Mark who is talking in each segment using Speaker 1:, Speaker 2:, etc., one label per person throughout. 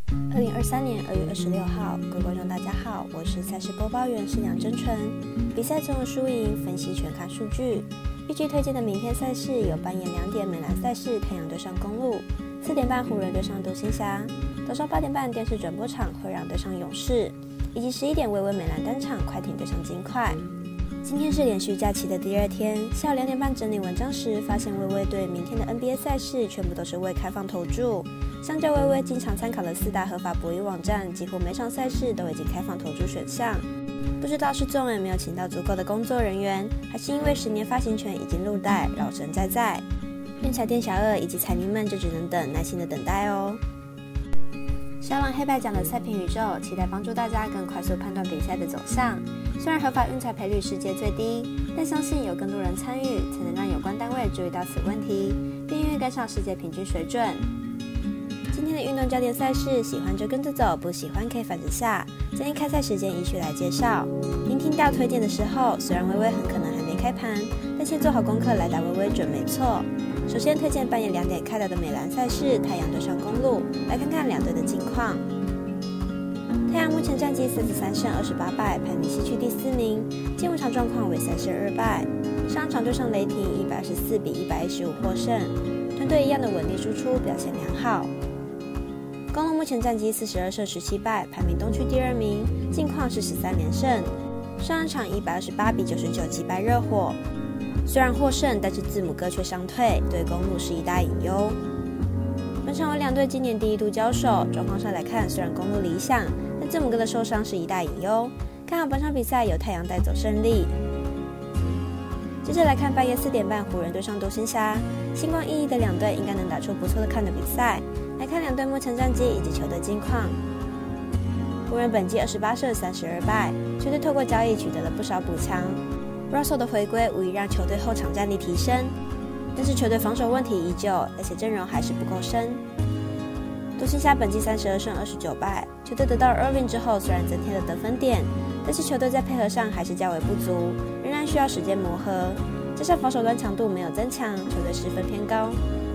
Speaker 1: 2023年2月26号，各位观众大家好，我是赛事播报员是杨真纯。比赛中的输赢分析全看数据。预计推荐的明天赛事有半夜2点美兰赛事太阳对上公鹿，4点半湖人对上独行侠，早上8点半电视转播场灰狼对上勇士，以及11点微微美兰单场快艇对上金块。今天是连续假期的第二天，下午2点半整理文章时，发现微微对明天的 NBA 赛事全部都是未开放投注。相较微微经常参考的4大合法博弈网站，几乎每场赛事都已经开放投注选项。不知道是众人没有请到足够的工作人员，还是因为10年发行权已经入袋，老神在。运彩店小二以及彩迷们就只能等，耐心的等待哦。小狼黑白奖的赛评宇宙，期待帮助大家更快速判断比赛的走向。虽然合法运彩赔率世界最低，但相信有更多人参与，才能让有关单位注意到此问题，并愿意跟上世界平均水准。今天的运动焦点赛事，喜欢就跟着走，不喜欢可以反着下。建议开赛时间依序来介绍。聆听到推荐的时候，虽然微微很可能还没开盘，但先做好功课来打微微准没错。首先推荐半夜2点开打的美兰赛事，太阳对上公鹿，来看看两队的近况。太阳目前战绩43胜28败，排名西区第4名，近5场状况为3胜2败。上场对上雷霆124比115获胜，团队一样的稳定输出，表现良好。公鹿目前战绩42胜17败，排名东区第2名，近况是13连胜。上场128比99击败热火，虽然获胜，但是字母哥却伤退，对公鹿是一大隐忧。本场为两队今年第一度交手，状况上来看，虽然公鹿理想，但字母哥的受伤是一大隐忧。看好本场比赛由太阳带走胜利。接着来看半夜4点半湖人对上独行侠，星光熠熠的两队应该能打出不错的看的比赛。来看两队目前战绩以及球队近况。湖人本季28胜32败，球队透过交易取得了不少补强。Russell 的回归无疑让球队后场战力提升，但是球队防守问题依旧，而且阵容还是不够深。独行侠本季32胜29败，球队得到 Irving 之后，虽然增添了得分点，但是球队在配合上还是较为不足，仍然需要时间磨合。加上防守端强度没有增强，球队失分偏高。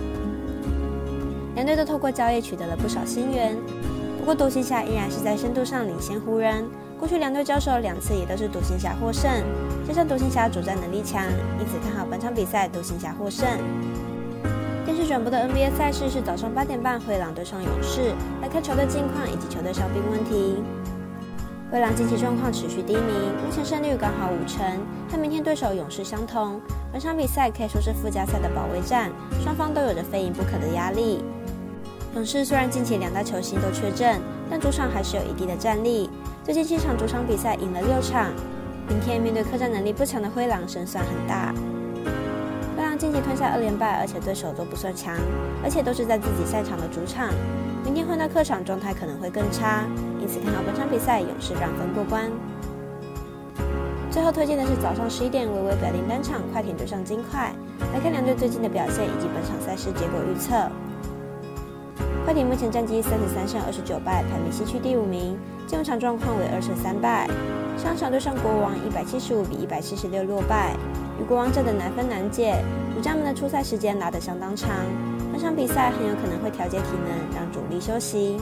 Speaker 1: 两队都透过交易取得了不少新援，不过独行侠依然是在深度上领先湖人。过去两队交手2次也都是独行侠获胜，加上独行侠主战能力强，因此看好本场比赛独行侠获胜。电视转播的 NBA 赛事是早上8点半灰狼对上勇士，来看球队近况以及球队伤病问题。灰狼近期状况持续低迷，目前胜率刚好50%，和明天对手勇士相同。本场比赛可以说是附加赛的保卫战，双方都有着非赢不可的压力。勇士虽然近期2大球星都缺阵，但主场还是有一定的战力。最近7场主场比赛赢了6场，明天面对客战能力不强的灰狼，胜算很大。灰狼近期吞下2连败，而且对手都不算强，而且都是在自己赛场的主场。明天换到客场，状态可能会更差，因此看好本场比赛勇士让分过关。最后推荐的是早上11点微微表定单场快艇对上金块，来看两队最近的表现以及本场赛事结果预测。快艇目前战绩33胜29败，排名西区第5名，近5场状况为2胜3败。上场对上国王175比176落败，与国王战的难分难解，主将们的出赛时间拉得相当长，本场比赛很有可能会调节体能，让主力休息。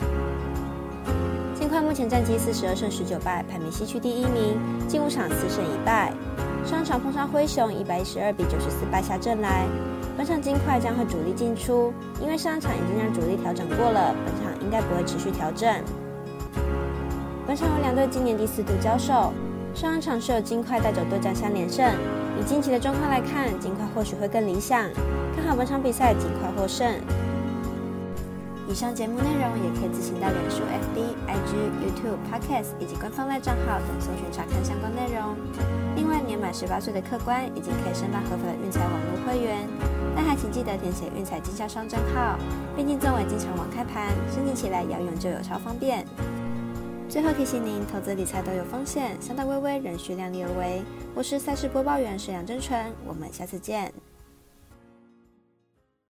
Speaker 1: 金块目前战绩42胜19败，排名西区第1名，近5场4胜1败。上场碰上灰熊112比94败下阵来。本场金块将会主力进出，因为上场已经让主力调整过了，本场应该不会持续调整。本场有两队今年第4度交手，上一场是由金块带走对战3连胜，以近期的状况来看，金块或许会更理想，看好本场比赛金块获胜。以上节目内容也可以自行到脸书、FB、IG、YouTube、Podcast 以及官方LINE账号等搜寻查看相关内容。另外，年满18岁的客官已经可以申办合法的运彩网络会员，但还请记得填写运彩经销商证号，毕竟作为经常网开盘，申请起来要用就有超方便。最后提醒您，投资理财都有风险，相当微微，仍需量力而为。我是赛事播报员沈阳真纯，我们下次见。